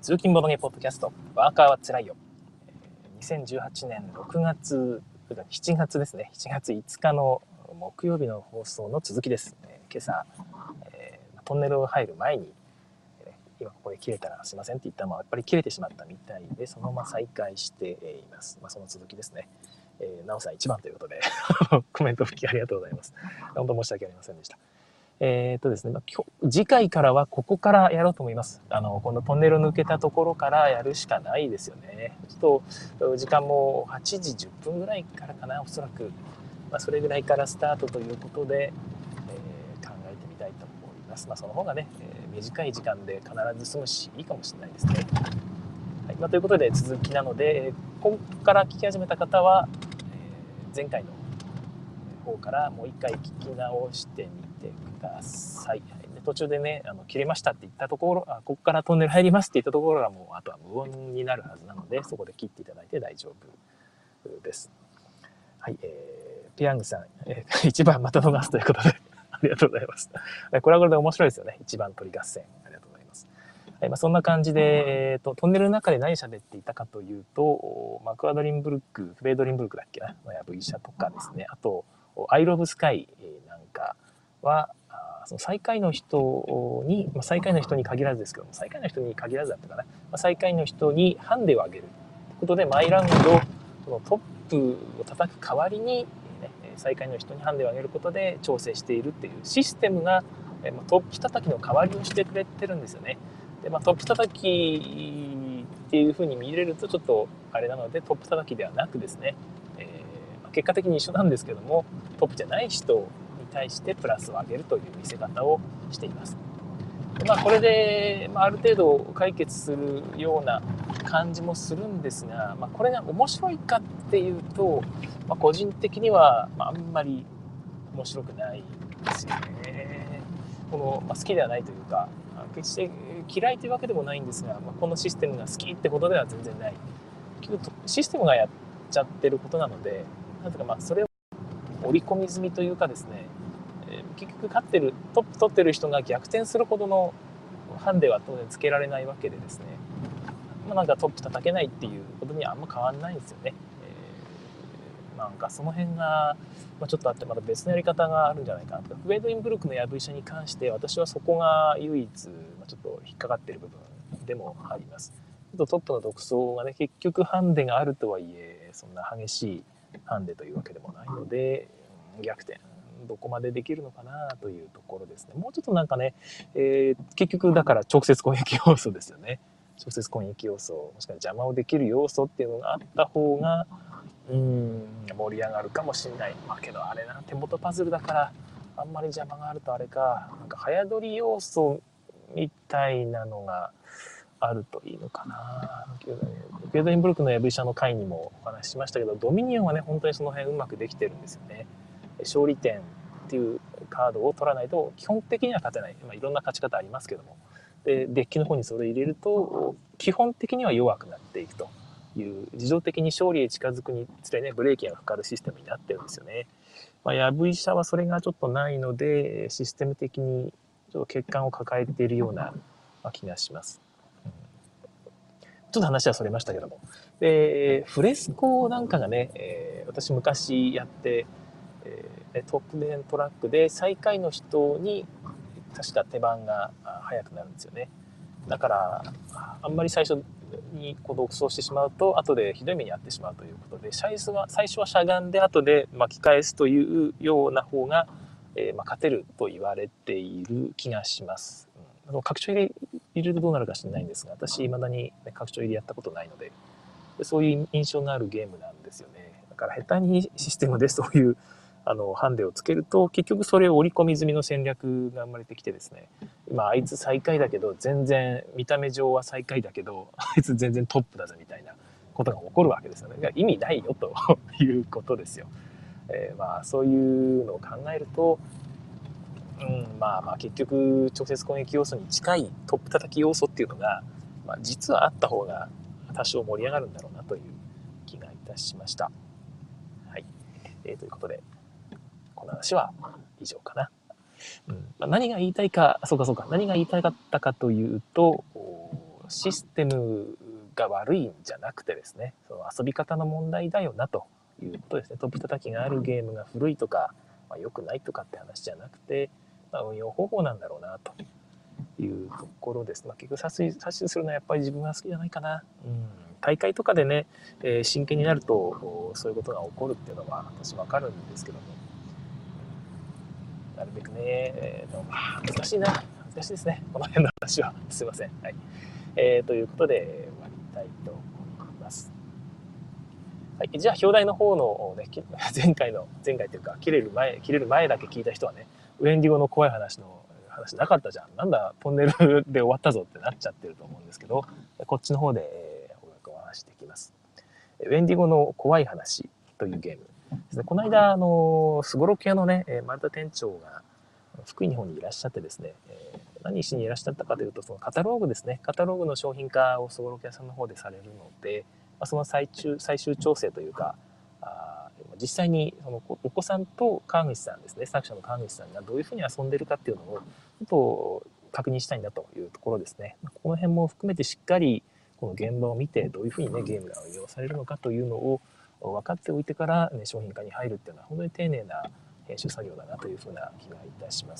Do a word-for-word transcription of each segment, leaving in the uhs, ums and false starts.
通勤ボドゲポッドキャスト、ワーカーはつらいよ。にせんじゅうはちねんろくがつ、しちがつですね、しちがついつかの木曜日の放送の続きです。えー、今朝、えー、トンネルを入る前に、えー、今ここで切れたらすいませんって言ったのはやっぱり切れてしまったみたいで、そのまま再開しています。まあ、その続きですね。えー、なおさんいちばんということでコメント吹きありがとうございます。本当申し訳ありませんでした。えーっとですね、まあ、今日次回からはここからやろうと思います。あのこのトンネルを抜けたところからやるしかないですよね。ちょっと時間もはちじじゅっぷんぐらいからかな、おそらく、まあ、それぐらいからスタートということで、えー、考えてみたいと思います。まあ、その方がね、えー、短い時間で必ず済むしいいかもしれないですね。はい、まあ、ということで続きなので、ここから聞き始めた方は、えー、前回の方からもう一回聞き直してみてください。で途中でね、あの切れましたって言ったところ、あ、ここからトンネル入りますって言ったところはもうあとは無音になるはずなので、そこで切っていただいて大丈夫です。はい、えー、ピヤングさん、えー、いちばんまた逃すということでありがとうございます。これはこれで面白いですよね。いちばん鳥合戦。ありがとうございます。はい、まあ、そんな感じで、えーと、トンネルの中で何喋っていたかというと、マクアドリンブルク、フベードリンブルクだっけな、やぶ医者とかですね、あと、アイロブスカイなんかは、その最下位の人に、まあ、最下位の人に限らずですけども、最下位の人に限らずだったかな、まあ、最下位の人にハンデを上げるということで、毎ラウンド、そのトップを叩く代わりに、ね、最下位の人にハンデを上げることで調整しているっていうシステムが、トップ叩きの代わりをしてくれてるんですよね。で、まあ、トップ叩きっていう風に見れるとちょっとあれなので、トップ叩きではなくですね、えー、結果的に一緒なんですけども、トップじゃない人に対してプラスを上げるという見せ方をしています。で、まあ、これで、まあ、ある程度解決するような感じもするんですが、まあ、これが面白いかっていうと、まあ、個人的にはあんまり面白くないですよね。この、まあ、好きではないというか、決して嫌いというわけでもないんですが、まあ、このシステムが好きってことでは全然ない。システムがやっちゃってることなので、なんとかまあそれを織り込み済みというかですね、えー、結局勝ってるトップ取ってる人が逆転するほどのハンデは当然つけられないわけでですね、まあ、なんかトップ叩けないっていうことにはあんま変わんないんですよね。えー、なんかその辺が、まあ、ちょっとあってまた別のやり方があるんじゃないかなとか、フェードインブルクのヤブ医者に関して私はそこが唯一、まあ、ちょっと引っかかってる部分でもあります。トップの独走がね、結局ハンデがあるとはいえそんな激しいハンデというわけでもないので、逆転どこまでできるのかなというところですね。もうちょっとなんかね、えー、結局だから直接攻撃要素ですよね。直接攻撃要素、もしくは邪魔をできる要素っていうのがあった方がうーん盛り上がるかもしれない。まあけどあれな、手元パズルだからあんまり邪魔があるとあれか、なんか早取り要素みたいなのがあるといいのかな。フェードインブルクのヤブ医者の回にもお話ししましたけど、ドミニオンはね本当にその辺うまくできてるんですよね。勝利点っていうカードを取らないと基本的には勝てない、まあ、いろんな勝ち方ありますけども、でデッキの方にそれを入れると基本的には弱くなっていくという自動的に勝利へ近づくにつれねブレーキがかかるシステムになってるんですよね。まあ、ヤブ医者はそれがちょっとないのでシステム的にちょっと欠陥を抱えているような気がします。ちょっと話はそれましたけども、でフレスコなんかがね、えー、私昔やって、えー、トップテントラックで最下位の人に確か手番が早くなるんですよね。だからあんまり最初にこう独走してしまうと後でひどい目に遭ってしまうということで、最初は最初はしゃがんで後で巻き返すというような方が、えーまあ、勝てると言われている気がします。うん、拡張入れ入れるとどうなるか知らないんですが、私未だに、ね、拡張入れやったことないので、そういう印象があるゲームなんですよね。だから下手にシステムでそういうあのハンデをつけると結局それを織り込み済みの戦略が生まれてきてですね、今あいつ最下位だけど全然見た目上は最下位だけどあいつ全然トップだぜみたいなことが起こるわけですよね。意味ないよということですよ。えー、まあそういうのを考えると、うん、まあまあ結局直接攻撃要素に近いトップ叩き要素っていうのが、まあ、実はあった方が多少盛り上がるんだろうなという気がいたしました。はい、えー、ということでこの話は以上かな。うん、まあ、何が言いたいか、そうかそうか、何が言いたかったかというと、 システムが悪いんじゃなくてですね、その遊び方の問題だよなということですね。飛び叩きがあるゲームが古いとか、まあ、良くないとかって話じゃなくて、まあ、運用方法なんだろうなというところです。まあ、結局指図するのはやっぱり自分が好きじゃないかな。うん、大会とかでね、えー、真剣になるとそういうことが起こるっていうのは私分かるんですけども、なるべくね、えー、まあ難しいな。難しいですね。この辺の話は。すいません。はい。えー、ということで終わりたいと思います。はい、じゃあ表題の方の、ね、前回の前回というか切れる前切れる前だけ聞いた人はね、ウェンディゴの怖い話の話なかったじゃん、なんだトンネルで終わったぞってなっちゃってると思うんですけど、こっちの方で、えー、お話していきます。ウェンディゴの怖い話というゲームですね。この間あのすごろく屋のね丸田店長が福井の方にいらっしゃってですね、えー、何しにいらっしゃったかというと、そのカタログですね、カタログの商品化をすごろく屋さんの方でされるので、まあ、その最終最終調整というか、あ実際にそのお子さんと川口さんですね、作者の川口さんがどういうふうに遊んでるかっていうのをちょっと確認したいんだというところですね。この辺も含めてしっかりこの現場を見てどういうふうにねゲームが運用されるのかというのを分かっておいてから、ね、商品化に入るっていうのは本当に丁寧な編集作業だなというふうな気がいたします。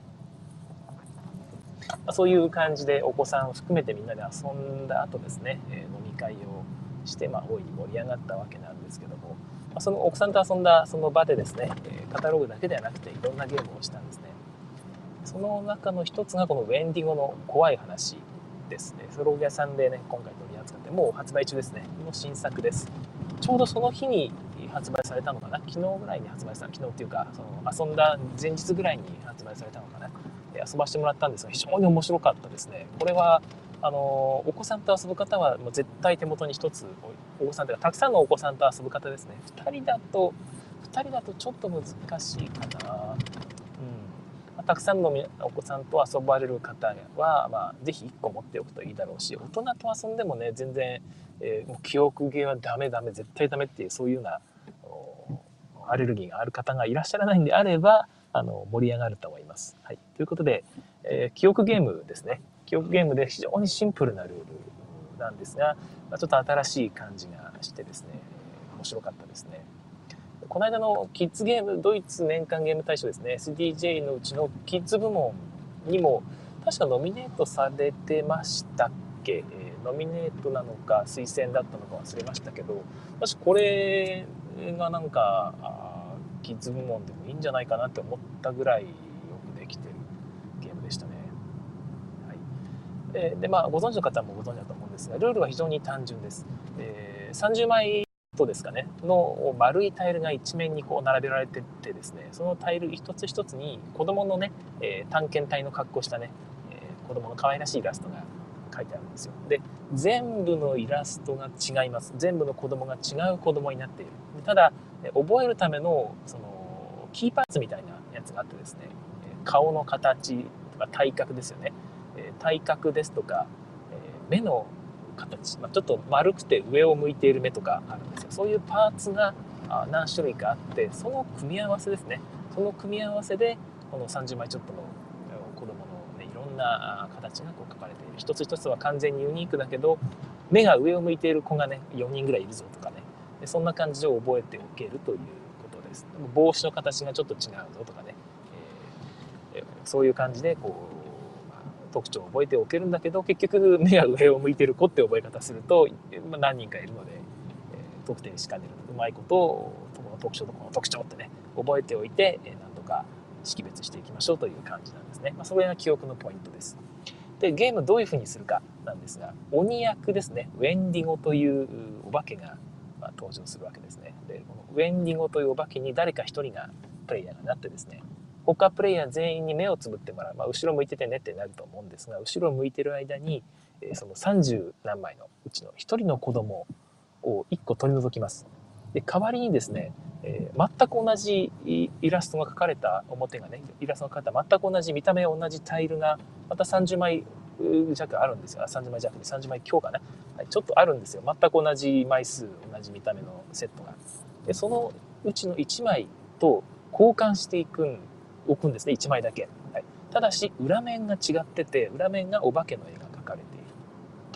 そういう感じでお子さんを含めてみんなで遊んだ後ですね、飲み会をして、まあ、大いに盛り上がったわけなんですけども、そのお子さんと遊んだその場でですね、カタログだけではなくていろんなゲームをしたんですね。その中の一つがこのウェンディゴの怖い話ですね。ソロ屋さんでね今回取り扱ってもう発売中ですねの新作です。ちょうどその日に発売されたのかな、昨日ぐらいに発売された、昨日っていうかその遊んだ前日ぐらいに発売されたのかな、遊ばしてもらったんですが非常に面白かったですね。これはあのお子さんと遊ぶ方はもう絶対手元に一つ、お子さんというかたくさんのお子さんと遊ぶ方ですね。ふたりだとふたりだとちょっと難しいかな。うん、たくさんのお子さんと遊ばれる方は、まあ、ぜひいっこ持っておくといいだろうし、大人と遊んでもね全然、えー、もう記憶ゲーはダメダメ絶対ダメっていうそういうようなアレルギーがある方がいらっしゃらないんであればあの盛り上がると思います。はい、ということで、えー、記憶ゲームですね。記憶ゲームで非常にシンプルなルールなんですが、ちょっと新しい感じがしてですね、面白かったですね。この間のキッズゲームドイツ年間ゲーム大賞ですね エスディージェー のうちのキッズ部門にも確かノミネートされてましたっけ、えー、ノミネートなのか推薦だったのか忘れましたけど、私これがなんかキッズ部門でもいいんじゃないかなって思ったぐらいよくできてるゲームでしたね。はい、えー、でまあご存知の方もご存知だと思うんですが、ルールは非常に単純です。えー、さんじゅうまいですかねの丸いタイルが一面にこう並べられててですね、そのタイル一つ一つに子供のね、えー、探検隊の格好したね、えー、子供の可愛らしいイラストが書いてあるんですよ。で全部のイラストが違います。全部の子供が違う子供になっている。ただ覚えるためのそのキーパーツみたいなやつがあってですね、顔の形とか体格ですよね、体格ですとか目の形、まあ、ちょっと丸くて上を向いている目とかあるんですよ。そういうパーツが何種類かあって、その組み合わせですね、その組み合わせでこのさんじゅうまいちょっとの子供の、ね、いろんな形がこう描かれている。一つ一つは完全にユニークだけど、目が上を向いている子がねよにんぐらいいるぞとかね、でそんな感じを覚えておけるということです。帽子の形がちょっと違うぞとかね、えー、そういう感じでこう、まあ、特徴を覚えておけるんだけど、結局目が上を向いている子って覚え方すると、まあ、何人かいるので、えー、得点しかねるので、うまいことこの特徴とこの特徴ってね覚えておいて、えー、なんとか識別していきましょうという感じなんですね。まあ、それが記憶のポイントです。でゲームどういう風にするかなんですが、鬼役ですね、ウェンディゴというお化けが登場するわけですね。でこのウェンディゴというお化けに誰か一人がプレイヤーがなってですね、他プレイヤー全員に目をつぶってもらう、まあ、後ろ向いててねってなると思うんですが、後ろ向いてる間にそのさんじゅう何枚のうちの一人の子供をいっこ取り除きます。で代わりにですね、えー、全く同じイラストが描かれた表がね、イラストが描かれた全く同じ見た目同じタイルがまたさんじゅうまい弱あるんですよ。さんじゅうまい弱でさんじゅうまい強かな、はい、ちょっとあるんですよ。全く同じ枚数同じ見た目のセットが。でそのうちのいちまいと交換していくん置くんですね、いちまいだけ。はい、ただし裏面が違ってて、裏面がお化けの絵が描かれている。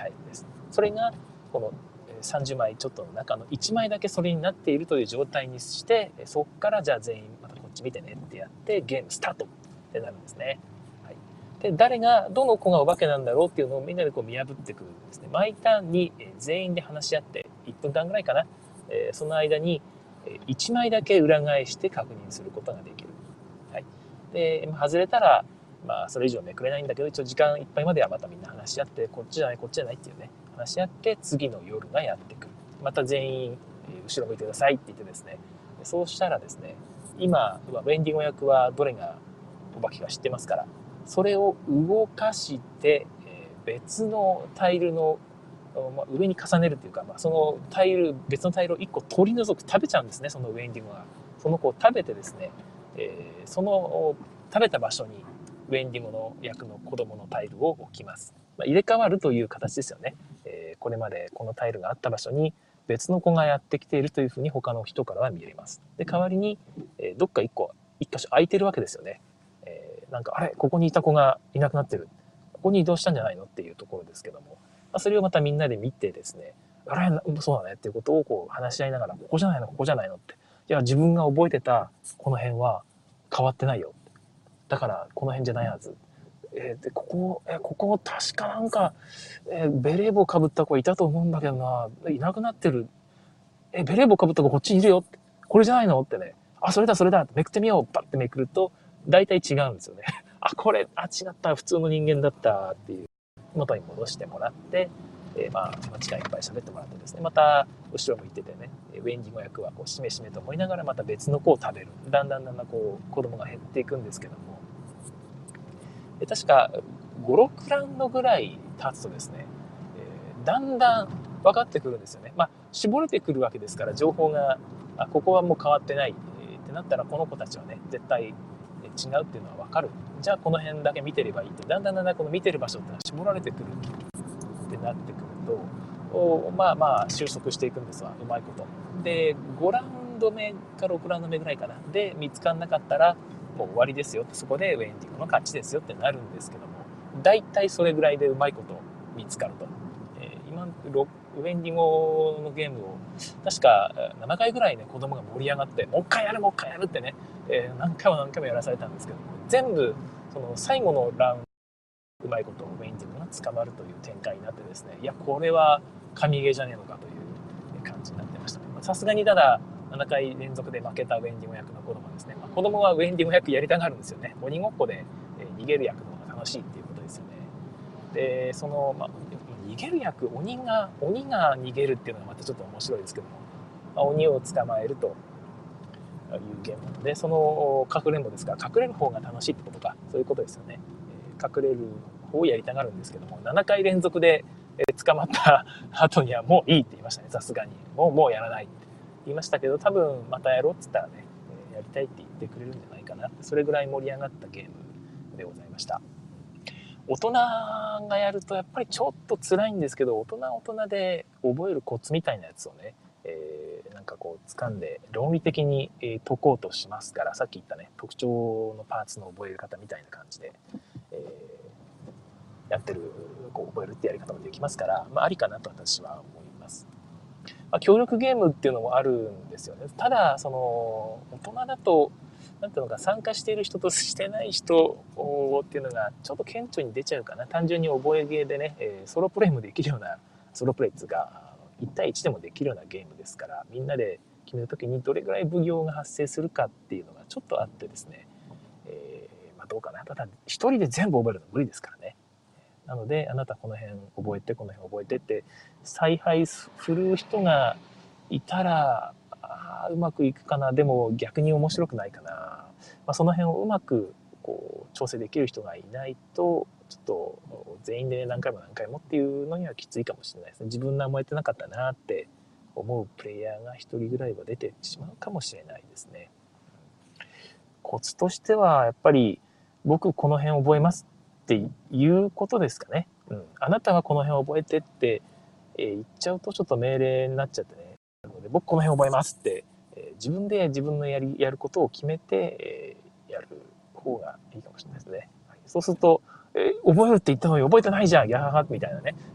タイルです。それがこのさんじゅうまいちょっとの中のいちまいだけそれになっているという状態にして、そこからじゃあ全員またこっち見てねってやってゲームスタートってなるんですね。はい、で誰がどの子がお化けなんだろうっていうのをみんなでこう見破ってくるんですね。毎ターンに全員で話し合っていっぷんかんぐらいかな、えー、その間にいちまいだけ裏返して確認することができる。はい、で外れたらまあそれ以上めくれないんだけど、一応時間いっぱいまではまたみんな話し合って、こっちじゃないこっちじゃないっていうね、話し合って次の夜がやってくる。また全員後ろ向いてくださいって言ってですね、そうしたらですね、今ウェンディゴ役はどれがお化けか知ってますから、それを動かして別のタイルの上に重ねるというか、まあ、そのタイル別のタイルをいっこ取り除く、食べちゃうんですね、そのウェンディゴが。その子を食べてですね、えー、その食べた場所にウェンディゴの役の子供のタイルを置きます。まあ、入れ替わるという形ですよね。えー、これまでこのタイルがあった場所に別の子がやってきているというふうに他の人からは見えます。で、代わりに、えー、どっかいっこいっ箇所空いてるわけですよね。えー、なんかあれここにいた子がいなくなってる、ここに移動したんじゃないのっていうところですけども、まあ、それをまたみんなで見てですね、あれそうだねっていうことをこう話し合いながら、ここじゃないのここじゃないのって、いや自分が覚えてたこの辺は変わってないよ、だからこの辺じゃないはず、えー、でここえここ確かなんか、えー、ベレー帽かぶった子いたと思うんだけどな、いなくなってる、えベレー帽かぶった子こっちにいるよって、これじゃないのってね、あそれだそれだってめくってみよう、パッてめくると大体違うんですよね。あこれあ違った、普通の人間だったっていう元に戻してもらって、えー、まあ時間いっぱい喋ってもらってですね、また後ろ向いててね、ウェンディゴ役はこうしめしめと思いながらまた別の子を食べる。だんだんだんだんこう子供が減っていくんですけども、で確かごろくラウンドぐらい経つとですね、えー、だんだん分かってくるんですよね。まあ絞れてくるわけですから、情報があここはもう変わってない、えー、ってなったらこの子たちはね絶対違うっていうのは分かる。じゃあこの辺だけ見てればいいって、だんだんだんだんこの見てる場所ってのは絞られてくるってなってくると、おまあまあ収束していくんですわ、うまいこと。でごラウンド目かろくラウンド目ぐらいかなで見つからなかったらもう終わりですよって、そこでウェンディゴの勝ちですよってなるんですけども、大体それぐらいでうまいこと見つかると。えー、今ウェンディゴのゲームを確かななかいぐらいね子供が盛り上がって、もう一回やるもう一回やるってね、えー、何回も何回もやらされたんですけども、全部その最後のラウンドうまいことウェンディゴが捕まるという展開になってですね、いやこれは神ゲーじゃねえのかという感じになってました。さすがにただななかい連続で負けたウェンディゴ役の子供ですね、まあ、子供はウェンディゴ役やりたがるんですよね。鬼ごっこで逃げる役の方が楽しいっていうことですよね。でその、まあ、逃げる役、鬼が鬼が逃げるっていうのがまたちょっと面白いですけども、まあ、鬼を捕まえるというゲームなので、そのかくれんぼですから隠れる方が楽しいってことか、そういうことですよね。隠れる方をやりたがるんですけども、ななかい連続で捕まった後にはもういいって言いましたね。さすがにもうもうやらないって言いましたけど、多分またやろうっつったらね、やりたいって言ってくれるんじゃないかな。それぐらい盛り上がったゲームでございました。大人がやるとやっぱりちょっと辛いんですけど、大人は大人で覚えるコツみたいなやつをね、えー、なんかこう掴んで論理的に解こうとしますから、さっき言ったね特徴のパーツの覚え方みたいな感じで、えー、やってるこう覚えるってやり方もできますから、まあ、ありかなと私は思います。まあ、協力ゲームっていうのもあるんですよね。ただその大人だとなんていうのか、参加している人としてない人っていうのがちょっと顕著に出ちゃうかな。単純に覚えゲーでね、えー、ソロプレイもできるような、ソロプレイっていうかいち対いちでもできるようなゲームですから、みんなで決めるときにどれぐらい奉行が発生するかっていうのがちょっとあってですね、えー、まあどうかな。ただ一人で全部覚えるの無理ですからね。なのであなたこの辺覚えてこの辺覚えてって采配振るう人がいたらあうまくいくかな。でも逆に面白くないかな。まあ、その辺をうまくこう調整できる人がいないとちょっと全員で何回も何回もっていうのにはきついかもしれないですね。自分が燃えてなかったなって思うプレイヤーが一人ぐらいは出てしまうかもしれないですね。コツとしてはやっぱり僕この辺覚えますっていうことですかね。うん、あなたはこの辺覚えてって、えー、言っちゃうとちょっと命令になっちゃってね。なので僕この辺覚えますって、えー、自分で自分のやりやることを決めて、えー、やる方がいいかもしれないですね。はい、そうすると、えー、覚えるって言ったのに覚えてないじゃん、ギャハハみたいなね、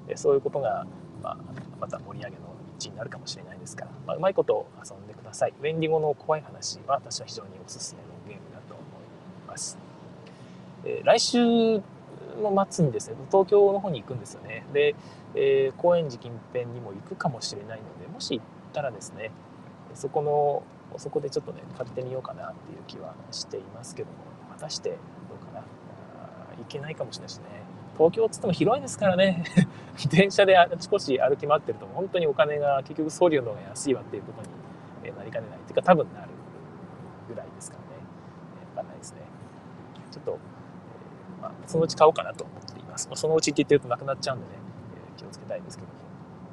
えそういうことが、まあ、また盛り上げの一になるかもしれないですから、まあ、うまいこと遊んでください。ウェンディゴの怖い話は私は非常におすすめのゲームだと思います。えー、来週の末にですね、東京の方に行くんですよね。で、えー、高円寺近辺にも行くかもしれないので、もし行ったらですね、そこのそこでちょっとね買ってみようかなっていう気はしていますけども、果たしてどうかな、行けないかもしれないですね。東京っつっても広いですからね電車であちこち歩き回ってると本当にお金が結局送料の方が安いわっていうことになりかねないっていうか、多分なるぐらいですからね。分かんないですね。ちょっと、まあ、そのうち買おうかなと思っています。そのうちって言ってるとなくなっちゃうんでね、気をつけたいですけども。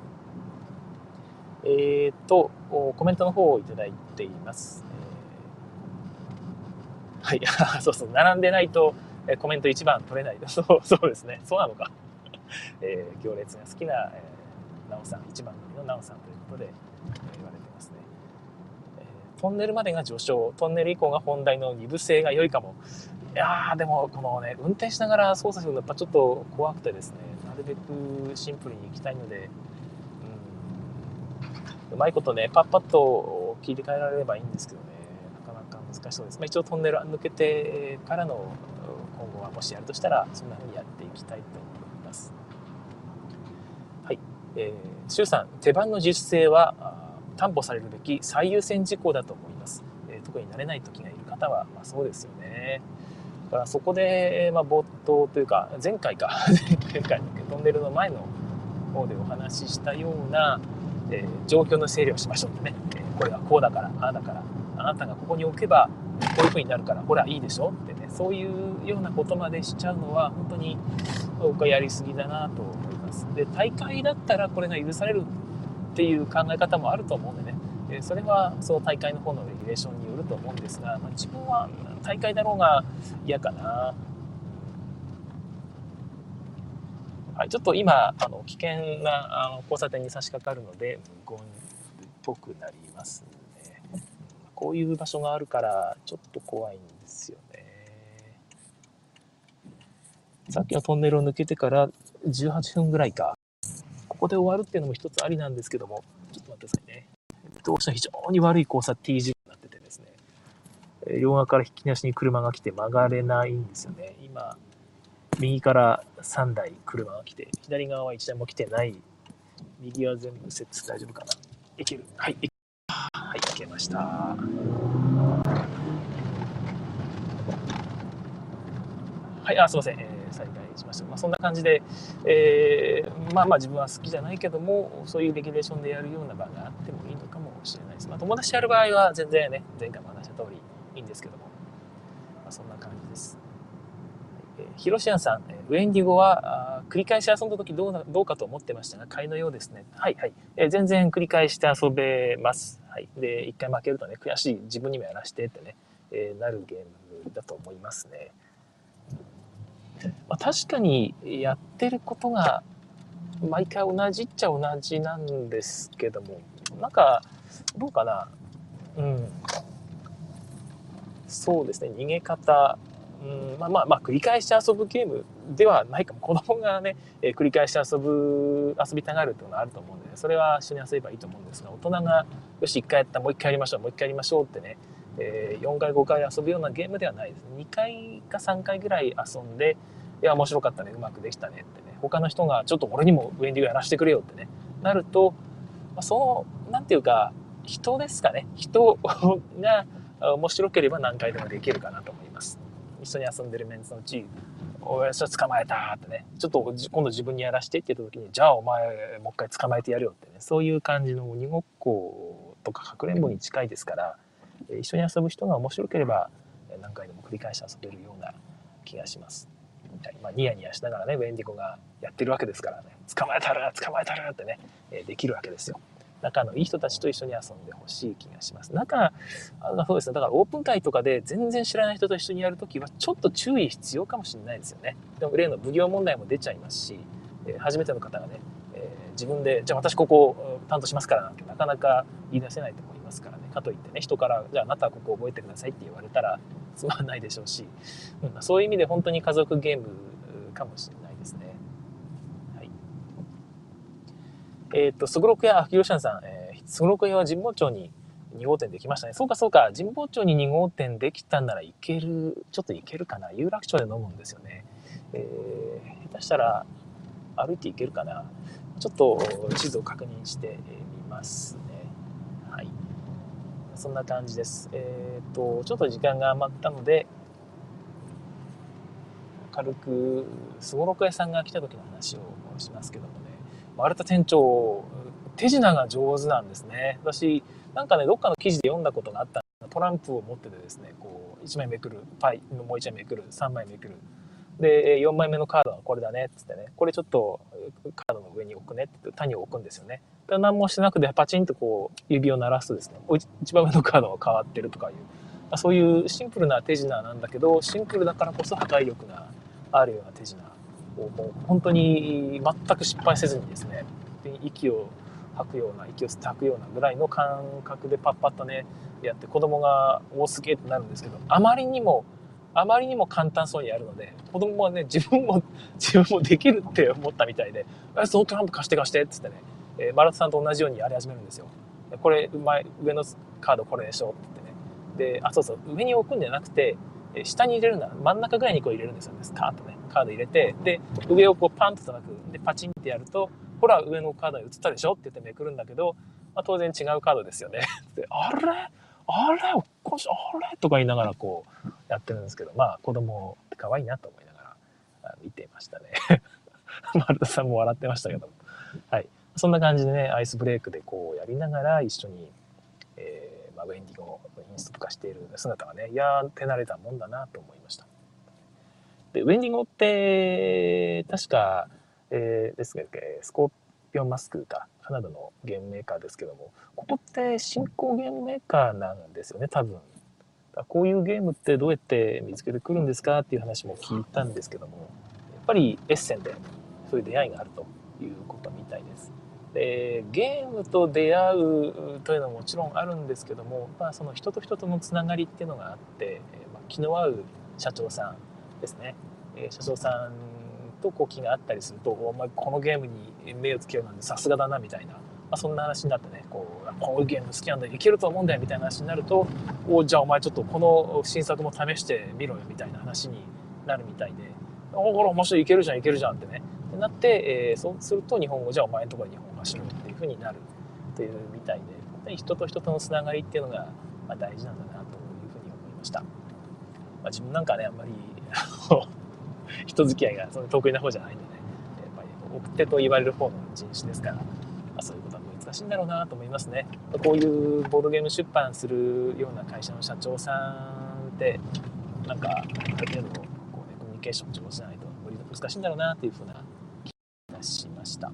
えーと、コメントの方をいただいています。はい、そうそう、並んでないとコメントいちばん取れない。そう、そうですね。そうなのか。えー、行列が好きな、えー、なおさん、いちばん乗りのなおさんということで、えー、言われてますね。えー、トンネルまでが序章、トンネル以降が本題の二部制が良いかも。いやー、でも、このね、運転しながら操作するのやっぱちょっと怖くてですね、なるべくシンプルに行きたいので、うん、うまいことね、パッパッと切り替えられればいいんですけどね、なかなか難しそうです。まあ、一応トンネル抜けてからの今後はもしやるとしたら、そんな風にやっていきたいと思います。はい。えー、周さん、手番の自主性は担保されるべき最優先事項だと思います。えー、特に慣れない時がいる方は、まあ、そうですよね。だからそこで、まあ、冒頭というか、前回か、前回のトンネルの前の方でお話ししたような、えー、状況の整理をしましょうってね、えー、これはこうだから、ああだから、あなたがここに置けばこういう風になるから、ほらいいでしょってね、そういうようなことまでしちゃうのは本当に僕はやりすぎだなと思います。で、大会だったらこれが許されるっていう考え方もあると思うんでね、えー、それはその大会の方のレギュレーションによると思うんですが、まあ、自分は大会だろうが嫌かな。はい、ちょっと今あの危険なあの交差点に差し掛かるので無言っぽくなりますね。こういう場所があるからちょっと怖いんですよね。さっきのトンネルを抜けてからじゅうはっぷんぐらいか。ここで終わるっていうのも一つありなんですけども、ちょっと待ってくださいね。どうしても非常に悪い交差 T 字になっててですね、両側から引き出しに車が来て曲がれないんですよね。今右からさんだい車が来て、左側はいちだいも来てない。右は全部右折大丈夫かな。いける。はい、はい、いけました。はい、あ、すいません。えー、再開しました。まあ、そんな感じで、えー、まあまあ自分は好きじゃないけども、そういうレギュレーションでやるような場があってもいいのかもしれないです。まあ、友達とやる場合は全然ね、前回も話した通りいいんですけども、まあ、そんな感じです。ヒロシアンさん、ウェンディゴは繰り返し遊んだ時どうなどうかと思ってましたが、買いのようですね。はいはい。えー、全然繰り返して遊べます。はい。で、一回負けるとね、悔しい、自分にもやらしてってね、えー、なるゲームだと思いますね。まあ、確かにやってることが毎回同じっちゃ同じなんですけども、なんか、どうかな。うん。そうですね、逃げ方、うん、まあまあまあ繰り返し遊ぶゲームではないかも。子供がね、えー、繰り返し遊ぶ遊びたがるっていうのがあると思うんで、ね、それは一緒に遊べばいいと思うんですが、大人がよしいっかいやったらもういっかいやりましょうもういっかいやりましょうってね、えー、よんかいごかい遊ぶようなゲームではないです。にかいかさんかいぐらい遊んで、いや面白かったね、うまくできたねってね、他の人がちょっと俺にもウェンディゴやらせてくれよってねなると、まあ、そのなんていうか人ですかね、人が面白ければ何回でもできるかなと思います。一緒に遊んでるメンツのうち、おやつは捕まえたってね、ちょっと今度自分にやらしてって言った時に、じゃあお前もう一回捕まえてやるよってね、そういう感じの鬼ごっことかかくれんぼに近いですから、一緒に遊ぶ人が面白ければ何回でも繰り返し遊べるような気がします。はい、まあ、ニヤニヤしながらね、ウェンディゴがやってるわけですからね、捕まえたる捕まえたるってね、できるわけですよ。仲のいい人たちと一緒に遊んでほしい気がします。仲、あそうですね。だからオープン会とかで全然知らない人と一緒にやるときはちょっと注意必要かもしれないですよね。でも例の奉行問題も出ちゃいますし、えー、初めての方がね、えー、自分でじゃあ私ここ担当しますからなんてなかなか言い出せないと思いますからね。かといってね、人からじゃああなたはここ覚えてくださいって言われたらつまんないでしょうし、うん、そういう意味で本当に家族ゲームかもしれないですね。はい。 えっ、と、すごろく屋、秋吉さん、えー、すごろく屋は神保町にに号店できましたね。そうかそうか、神保町にに号店できたんならいける、ちょっといけるかな。有楽町で飲むんですよね。えー、下手したら歩いていけるかな。ちょっと地図を確認してみますね。はい。そんな感じです。えっ、と、ちょっと時間が余ったので、軽くすごろく屋さんが来た時の話をしますけどもね、丸田店長手品が上手なんですね。私なんかね、どっかの記事で読んだことがあった。トランプを持っててですね、こういちまいめくる、パイもういちまいめくる、さんまいめくる、でよんまいめのカードはこれだねっつってね、これちょっとカードの上に置くねって言って谷を置くんですよね。何もしてなくてパチンとこう指を鳴らすとですね、一番上のカードが変わってるとかいう、そういうシンプルな手品なんだけど、シンプルだからこそ破壊力があるような手品をもう本当に全く失敗せずにですね、息を吐くような、息を吸って吐くようなぐらいの感覚でパッパッとねやって、子供がおすげえってなるんですけど、あまりにもあまりにも簡単そうにやるので、子供はね、自分も自分もできるって思ったみたいで、そのトランプ貸して貸してっつってね、えー、マラトさんと同じようにやり始めるんですよ。これ前上のカードこれでしょって言ってね、で、あ、そうそう、上に置くんじゃなくて下に入れるなら真ん中ぐらいにこう入れるんですよね。スカーッとね、カード入れて、で上をこうパンと叩く、でパチンってやると、ほら上のカードに移ったでしょって言ってめくるんだけど、まあ、当然違うカードですよね。で、あれあれおかしい、あれとか言いながらこうやってるんですけど、まあ子供って可愛いなと思いながら見ていましたね。丸田さんも笑ってましたけども、はい、そんな感じでね、アイスブレイクでこうやりながら一緒に、えーまあ、ウェンディゴのインストとかしている姿がね、いやー手慣れたもんだなと思いました。でウェンディゴって確か、えー、ですね、スコーピオンマスクかカナダのゲームメーカーですけども、ここって新興ゲームメーカーなんですよね、多分。こういうゲームってどうやって見つけてくるんですかっていう話も聞いたんですけども、やっぱりエッセンでそういう出会いがあるということみたいです。でゲームと出会うというのももちろんあるんですけども、まあ、その人と人とのつながりっていうのがあって、まあ、気の合う社長さんですね、社長さんとこう気があったりすると、お前このゲームに目をつけようなんてさすがだなみたいな、まあ、そんな話になってね、こうこういうゲーム好きなんだよ、いけると思うんだよみたいな話になると、おじゃあお前ちょっとこの新作も試してみろよみたいな話になるみたいで、おこれ面白い、いけるじゃんいけるじゃんってねってなって、えー、そうすると日本語、じゃあお前のところに日本語がしろよっていう風になるというみたいで、人と人とのつながりっていうのが大事なんだなというふうに思いました。まあ、自分なんかね、あんまり人付き合いがその得意な方じゃないんでね、やっぱり奥手と言われる方の人種ですから、まあ、そういうことは難しいんだろうなと思いますね。こういうボードゲーム出版するような会社の社長さんってなんかある程度こう、ね、コミュニケーション上手じゃないと難しいんだろうなというふうな気がしました。はい、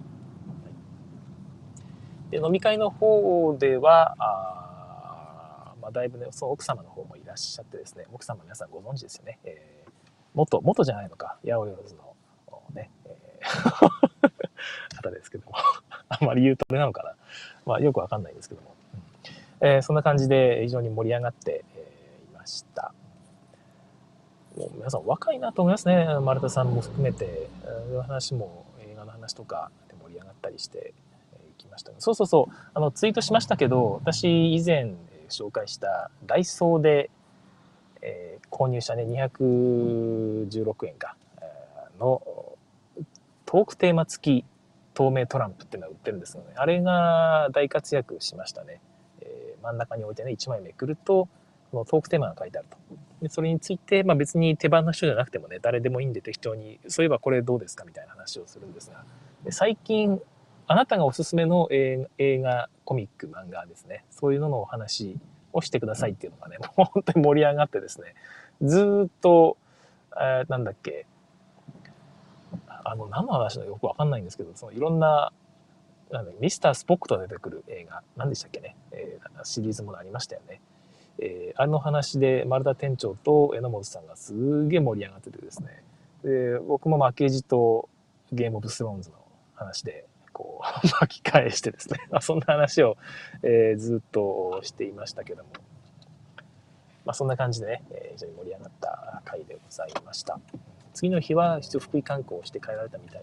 で飲み会の方ではあ、まあ、だいぶね、その奥様の方もいらっしゃってですね、奥様皆さんご存知ですよね。えー、元元じゃないのか、八百万のね、えー、方ですけどもあんまり言うとあれなのかな、まあ、よくわかんないんですけども、うん、えー、そんな感じで非常に盛り上がって、えー、いました。もう皆さん若いなと思いますね。丸田さんも含めて、えー、話も映画の話とかで盛り上がったりしていきました。そうそうそう、あのツイートしましたけど、私以前紹介したダイソーで、えー、購入したねにひゃくじゅうろくえんか、えー、のトークテーマ付き透明トランプっていうのが売ってるんですよね。あれが大活躍しましたね。えー、真ん中に置いてねいちまいめくるとこのトークテーマが書いてあると。でそれについて、まあ、別に手番の人じゃなくてもね、誰でもいいんで適当にそういえばこれどうですかみたいな話をするんですが、で最近あなたがおすすめの映画コミック漫画ですね、そういうののお話をしてくださいっていうのがね、もう本当に盛り上がってですね、ずっと、えー、なんだっけ、あの何の話だかよくわかんないんですけど、そのいろんななんミスタースポックと出てくる映画何でしたっけね、えー、シリーズものありましたよね。えー、あの話で丸田店長と榎本さんがすげえ盛り上がっててですね、で僕も負けじとゲームオブスローンズの話でこう巻き返してですねそんな話を、えー、ずっとしていましたけども、まあ、そんな感じでね、えー、非常に盛り上がった回でございました。次の日は一応福井観光をして帰られたみたいでね、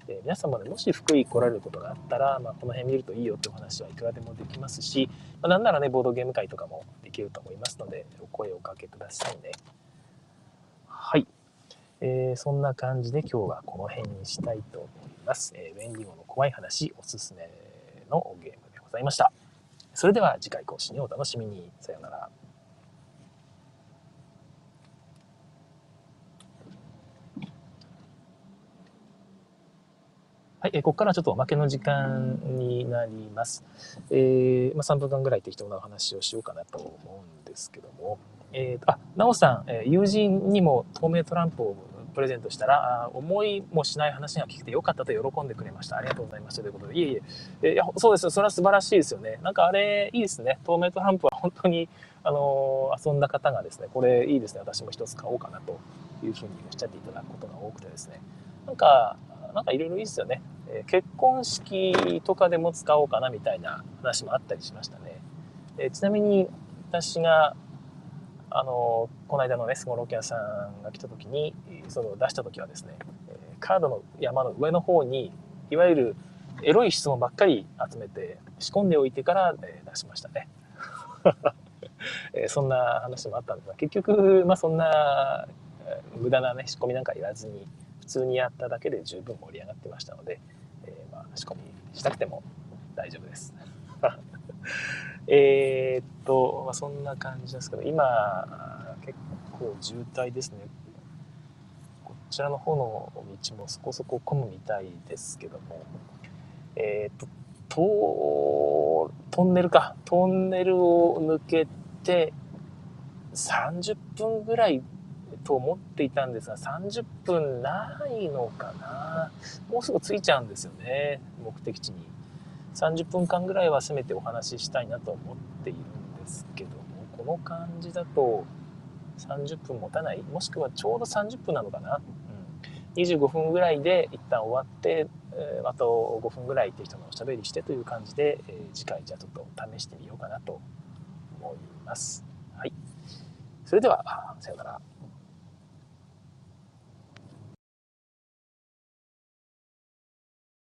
で皆さんもね、もし福井来られることがあったら、まあ、この辺見るといいよってお話はいくらでもできますし、まあ、なんならね、ボードゲーム会とかもできると思いますので、お声をおかけくださいね。はい。えー、そんな感じで今日はこの辺にしたいと思います。えー、ウェンディゴの怖い話おすすめのゲームでございました。それでは次回更新をお楽しみに。さようなら。はい、えー、ここからちょっとおまけの時間になります。えーまあ、さんぷんかんぐらい適当なお話をしようかなと思うんですけども、えー、あ、なおさん、えー、友人にも透明トランプをプレゼントしたら、あ思いもしない話が聞けてよかったと喜んでくれました。ありがとうございました。ということで、いえいえ、えーいやそうです。それは素晴らしいですよね。なんかあれ、いいですね。透明トランプは本当に、あのー遊んだ方がですね、これいいですね。私も一つ買おうかなというふうにおっしゃっていただくことが多くてですね。なんか、なんかいろいろいいですよね。えー結婚式とかでも使おうかなみたいな話もあったりしましたね。えーちなみに私があのこの間のねすごろく屋さんが来た時にその出した時はですね、カードの山の上の方にいわゆるエロい質問ばっかり集めて仕込んでおいてから出しましたね。そんな話もあったんですが、結局、まあ、そんな無駄なね仕込みなんか言わずに普通にやっただけで十分盛り上がってましたので、えー、まあ仕込みしたくても大丈夫です。えっと、まあ、そんな感じですけど、今結構渋滞ですね。こちらの方の道もそこそこ混むみたいですけども、えっとトトンネルかトンネルを抜けてさんじゅっぷんぐらいと思っていたんですが、さんじゅっぷんないのかな。もうすぐ着いちゃうんですよね、目的地に。さんじゅっぷんかんぐらいはせめてお話ししたいなと思っているんですけども、この感じだとさんじゅっぷん持たない、もしくはちょうどさんじゅっぷんなのかな、うん、にじゅうごふんぐらいで一旦終わって、えー、あとごふんぐらいっていう人のおしゃべりしてという感じで、えー、次回じゃあちょっと試してみようかなと思います。はい、それではさようなら。